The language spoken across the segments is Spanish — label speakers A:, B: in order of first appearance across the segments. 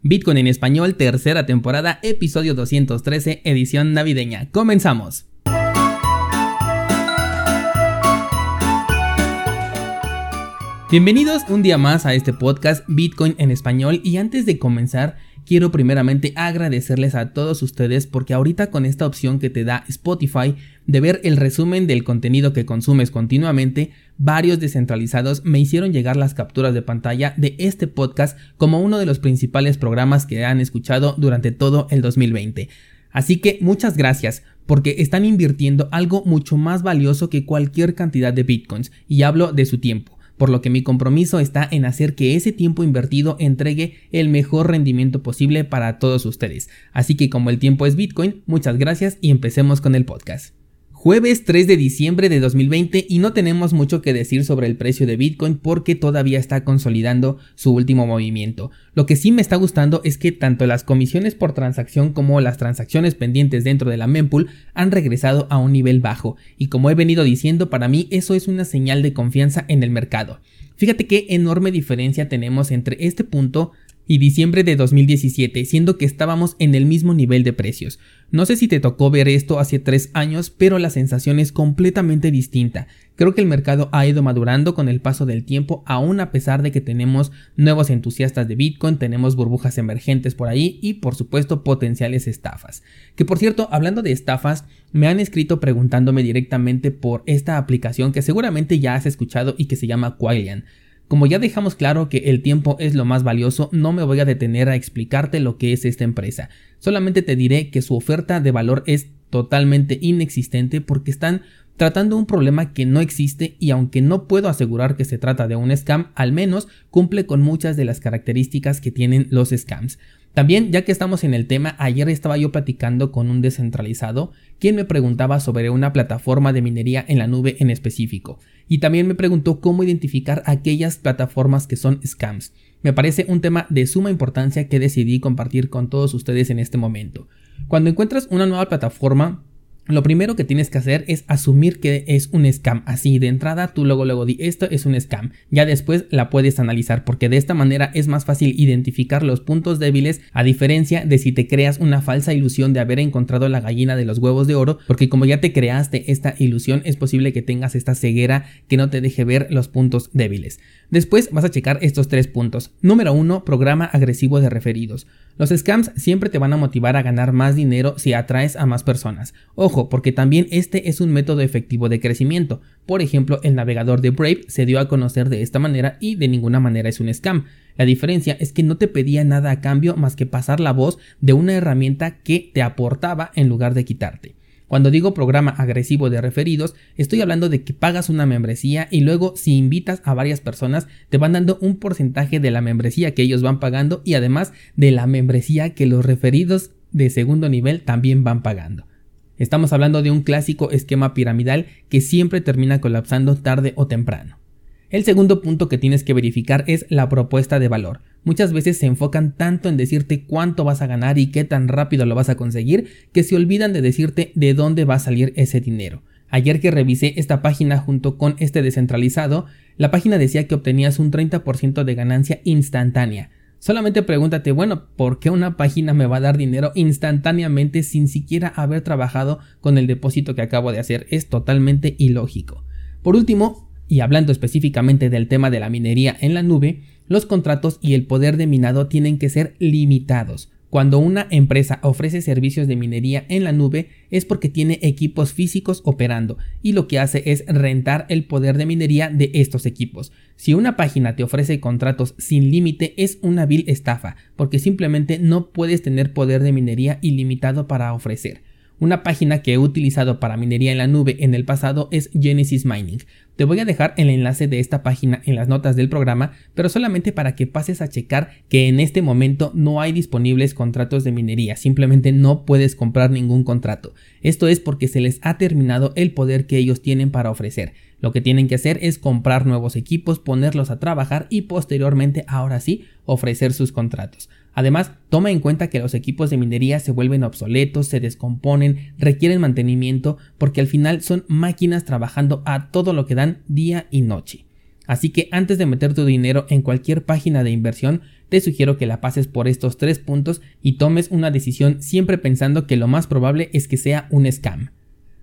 A: Bitcoin en español, tercera temporada, episodio 213, edición navideña. ¡Comenzamos! Bienvenidos un día más a este podcast Bitcoin en español, y antes de comenzar quiero primeramente agradecerles a todos ustedes porque ahorita con esta opción que te da Spotify de ver el resumen del contenido que consumes continuamente, varios descentralizados me hicieron llegar las capturas de pantalla de este podcast como uno de los principales programas que han escuchado durante todo el 2020. Así que muchas gracias, porque están invirtiendo algo mucho más valioso que cualquier cantidad de bitcoins, y hablo de su tiempo. Por lo que mi compromiso está en hacer que ese tiempo invertido entregue el mejor rendimiento posible para todos ustedes. Así que como el tiempo es Bitcoin, muchas gracias y empecemos con el podcast. Jueves 3 de diciembre de 2020 y no tenemos mucho que decir sobre el precio de Bitcoin porque todavía está consolidando su último movimiento. Lo que sí me está gustando es que tanto las comisiones por transacción como las transacciones pendientes dentro de la mempool han regresado a un nivel bajo, y como he venido diciendo, para mí eso es una señal de confianza en el mercado. Fíjate qué enorme diferencia tenemos entre este punto y diciembre de 2017, siendo que estábamos en el mismo nivel de precios. No sé si te tocó ver esto hace 3 años, pero la sensación es completamente distinta. Creo que el mercado ha ido madurando con el paso del tiempo, aún a pesar de que tenemos nuevos entusiastas de Bitcoin, tenemos burbujas emergentes por ahí y por supuesto potenciales estafas. Que por cierto, hablando de estafas, me han escrito preguntándome directamente por esta aplicación que seguramente ya has escuchado y que se llama Quillian. Como ya dejamos claro que el tiempo es lo más valioso, no me voy a detener a explicarte lo que es esta empresa. Solamente te diré que su oferta de valor es totalmente inexistente porque están tratando un problema que no existe, y aunque no puedo asegurar que se trata de un scam, al menos cumple con muchas de las características que tienen los scams. También, ya que estamos en el tema, ayer estaba yo platicando con un descentralizado quien me preguntaba sobre una plataforma de minería en la nube en específico, y también me preguntó cómo identificar aquellas plataformas que son scams. Me parece un tema de suma importancia que decidí compartir con todos ustedes en este momento. Cuando encuentras una nueva plataforma, lo primero que tienes que hacer es asumir que es un scam. Así de entrada tú luego di esto es un scam. Ya después la puedes analizar, porque de esta manera es más fácil identificar los puntos débiles, a diferencia de si te creas una falsa ilusión de haber encontrado la gallina de los huevos de oro, porque como ya te creaste esta ilusión, es posible que tengas esta ceguera que no te deje ver los puntos débiles. Después vas a checar estos 3 puntos. Número 1, programa agresivo de referidos. Los scams siempre te van a motivar a ganar más dinero si atraes a más personas. Ojo, porque también este es un método efectivo de crecimiento. Por ejemplo, el navegador de Brave se dio a conocer de esta manera y de ninguna manera es un scam. La diferencia es que no te pedía nada a cambio más que pasar la voz de una herramienta que te aportaba en lugar de quitarte. Cuando digo programa agresivo de referidos, estoy hablando de que pagas una membresía y luego si invitas a varias personas te van dando un porcentaje de la membresía que ellos van pagando, y además de la membresía que los referidos de segundo nivel también van pagando. Estamos hablando de un clásico esquema piramidal que siempre termina colapsando tarde o temprano. El segundo punto que tienes que verificar es la propuesta de valor. Muchas veces se enfocan tanto en decirte cuánto vas a ganar y qué tan rápido lo vas a conseguir que se olvidan de decirte de dónde va a salir ese dinero. Ayer que revisé esta página junto con este descentralizado, la página decía que obtenías un 30% de ganancia instantánea. Solamente pregúntate, bueno, ¿por qué una página me va a dar dinero instantáneamente sin siquiera haber trabajado con el depósito que acabo de hacer? Es totalmente ilógico. Por último, y hablando específicamente del tema de la minería en la nube, los contratos y el poder de minado tienen que ser limitados. Cuando una empresa ofrece servicios de minería en la nube es porque tiene equipos físicos operando, y lo que hace es rentar el poder de minería de estos equipos. Si una página te ofrece contratos sin límite es una vil estafa, porque simplemente no puedes tener poder de minería ilimitado para ofrecer. Una página que he utilizado para minería en la nube en el pasado es Genesis Mining. Te voy a dejar el enlace de esta página en las notas del programa, pero solamente para que pases a checar que en este momento no hay disponibles contratos de minería, simplemente no puedes comprar ningún contrato. Esto es porque se les ha terminado el poder que ellos tienen para ofrecer. Lo que tienen que hacer es comprar nuevos equipos, ponerlos a trabajar y posteriormente, ahora sí, ofrecer sus contratos. Además, toma en cuenta que los equipos de minería se vuelven obsoletos, se descomponen, requieren mantenimiento porque al final son máquinas trabajando a todo lo que dan día y noche. Así que antes de meter tu dinero en cualquier página de inversión, te sugiero que la pases por estos 3 puntos y tomes una decisión siempre pensando que lo más probable es que sea un scam.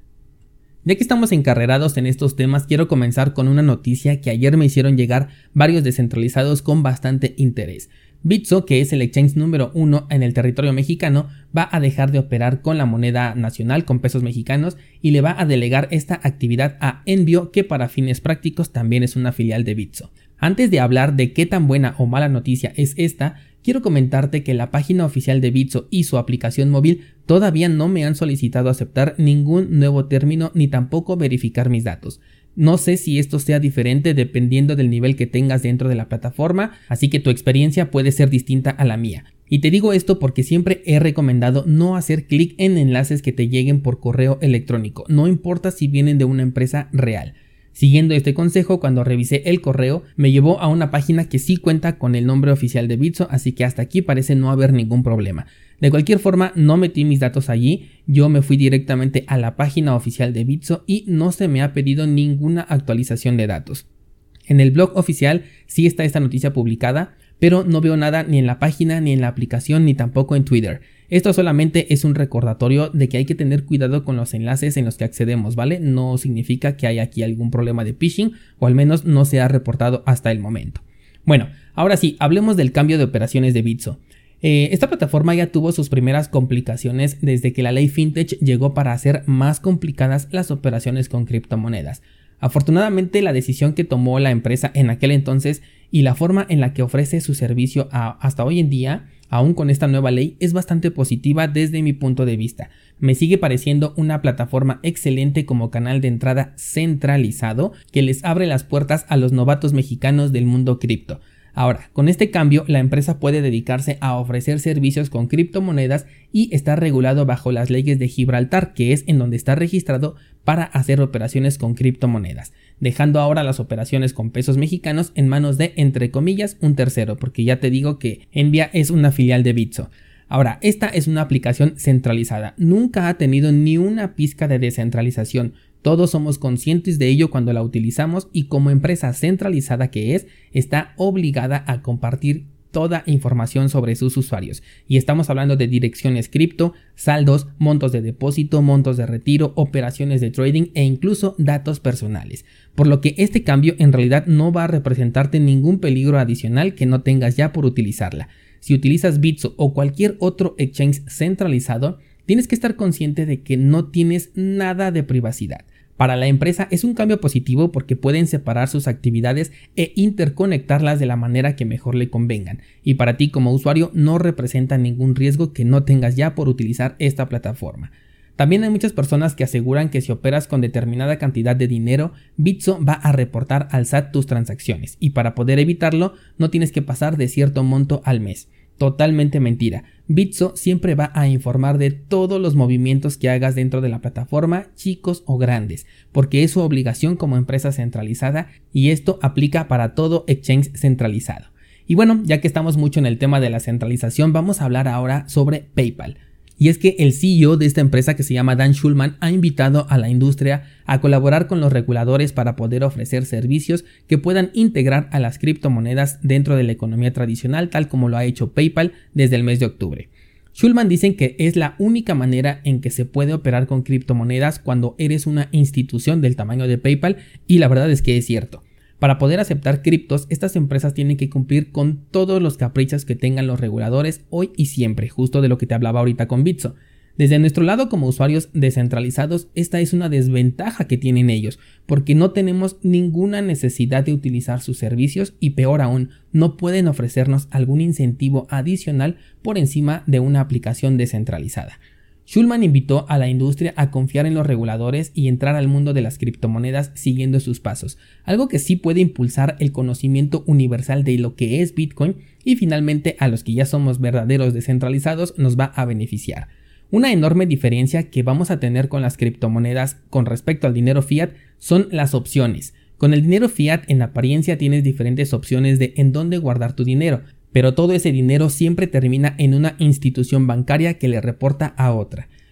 A: Ya que estamos encarrerados en estos temas, quiero comenzar con una noticia que ayer me hicieron llegar varios descentralizados con bastante interés. Bitso, que es el exchange número 1 en el territorio mexicano, va a dejar de operar con la moneda nacional, con pesos mexicanos, y le va a delegar esta actividad a Envio, que para fines prácticos también es una filial de Bitso. Antes de hablar de qué tan buena o mala noticia es esta, quiero comentarte que la página oficial de Bitso y su aplicación móvil todavía no me han solicitado aceptar ningún nuevo término ni tampoco verificar mis datos. No sé si esto sea diferente dependiendo del nivel que tengas dentro de la plataforma, así que tu experiencia puede ser distinta a la mía. Y te digo esto porque siempre he recomendado no hacer clic en enlaces que te lleguen por correo electrónico, no importa si vienen de una empresa real. Siguiendo este consejo, cuando revisé el correo, me llevó a una página que sí cuenta con el nombre oficial de Bitso, así que hasta aquí parece no haber ningún problema. De cualquier forma, no metí mis datos allí, yo me fui directamente a la página oficial de Bitso y no se me ha pedido ninguna actualización de datos. En el blog oficial sí está esta noticia publicada, pero no veo nada ni en la página, ni en la aplicación, ni tampoco en Twitter. Esto solamente es un recordatorio de que hay que tener cuidado con los enlaces en los que accedemos, ¿vale? No significa que haya aquí algún problema de phishing, o al menos no se ha reportado hasta el momento. Bueno, ahora sí, hablemos del cambio de operaciones de Bitso. Esta plataforma ya tuvo sus primeras complicaciones desde que la ley Fintech llegó para hacer más complicadas las operaciones con criptomonedas. Afortunadamente, la decisión que tomó la empresa en aquel entonces y la forma en la que ofrece su servicio hasta hoy en día, aún con esta nueva ley, es bastante positiva desde mi punto de vista. Me sigue pareciendo una plataforma excelente como canal de entrada centralizado que les abre las puertas a los novatos mexicanos del mundo cripto. Ahora, con este cambio, la empresa puede dedicarse a ofrecer servicios con criptomonedas y está regulado bajo las leyes de Gibraltar, que es en donde está registrado para hacer operaciones con criptomonedas, dejando ahora las operaciones con pesos mexicanos en manos de, entre comillas, un tercero, porque ya te digo que Envia es una filial de Bitso. Ahora, esta es una aplicación centralizada, nunca ha tenido ni una pizca de descentralización. Todos somos conscientes de ello cuando la utilizamos y como empresa centralizada que es, está obligada a compartir toda información sobre sus usuarios. Y estamos hablando de direcciones cripto, saldos, montos de depósito, montos de retiro, operaciones de trading e incluso datos personales. Por lo que este cambio en realidad no va a representarte ningún peligro adicional que no tengas ya por utilizarla. Si utilizas Bitso o cualquier otro exchange centralizado, tienes que estar consciente de que no tienes nada de privacidad. Para la empresa es un cambio positivo porque pueden separar sus actividades e interconectarlas de la manera que mejor le convengan. Y para ti como usuario no representa ningún riesgo que no tengas ya por utilizar esta plataforma. También hay muchas personas que aseguran que si operas con determinada cantidad de dinero, Bitso va a reportar al SAT tus transacciones y para poder evitarlo no tienes que pasar de cierto monto al mes. Totalmente mentira. Bitso siempre va a informar de todos los movimientos que hagas dentro de la plataforma, chicos o grandes, porque es su obligación como empresa centralizada y esto aplica para todo exchange centralizado. Y bueno, ya que estamos mucho en el tema de la centralización, vamos a hablar ahora sobre PayPal. Y es que el CEO de esta empresa, que se llama Dan Schulman, ha invitado a la industria a colaborar con los reguladores para poder ofrecer servicios que puedan integrar a las criptomonedas dentro de la economía tradicional, tal como lo ha hecho PayPal desde el mes de octubre. Schulman dice que es la única manera en que se puede operar con criptomonedas cuando eres una institución del tamaño de PayPal, y la verdad es que es cierto. Para poder aceptar criptos, estas empresas tienen que cumplir con todos los caprichos que tengan los reguladores hoy y siempre, justo de lo que te hablaba ahorita con Bitso. Desde nuestro lado como usuarios descentralizados, esta es una desventaja que tienen ellos, porque no tenemos ninguna necesidad de utilizar sus servicios y peor aún, no pueden ofrecernos algún incentivo adicional por encima de una aplicación descentralizada. Schulman invitó a la industria a confiar en los reguladores y entrar al mundo de las criptomonedas siguiendo sus pasos, algo que sí puede impulsar el conocimiento universal de lo que es Bitcoin y finalmente a los que ya somos verdaderos descentralizados nos va a beneficiar. Una enorme diferencia que vamos a tener con las criptomonedas con respecto al dinero fiat son las opciones. Con el dinero fiat en apariencia tienes diferentes opciones de en dónde guardar tu dinero, pero todo ese dinero siempre termina en una institución bancaria que le reporta a otra.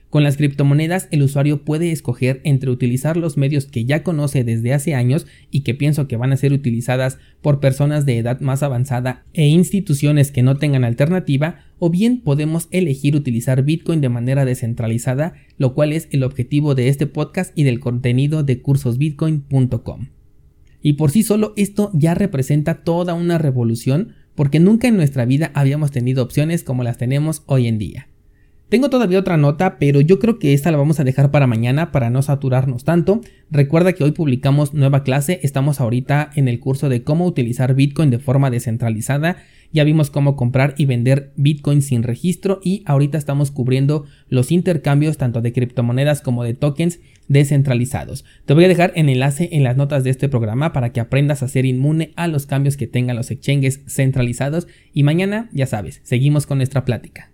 A: Con las criptomonedas el usuario puede escoger entre utilizar los medios que ya conoce desde hace años y que pienso que van a ser utilizadas por personas de edad más avanzada e instituciones que no tengan alternativa, o bien podemos elegir utilizar Bitcoin de manera descentralizada, lo cual es el objetivo de este podcast y del contenido de cursosbitcoin.com. Y por sí solo esto ya representa toda una revolución, porque nunca en nuestra vida habíamos tenido opciones como las tenemos hoy en día. Tengo todavía otra nota, pero yo creo que esta la vamos a dejar para mañana para no saturarnos tanto. Recuerda que hoy publicamos nueva clase, estamos ahorita en el curso de cómo utilizar Bitcoin de forma descentralizada. Ya vimos cómo comprar y vender Bitcoin sin registro y ahorita estamos cubriendo los intercambios tanto de criptomonedas como de tokens descentralizados. Te voy a dejar el enlace en las notas de este programa para que aprendas a ser inmune a los cambios que tengan los exchanges centralizados y mañana, ya sabes, seguimos con nuestra plática.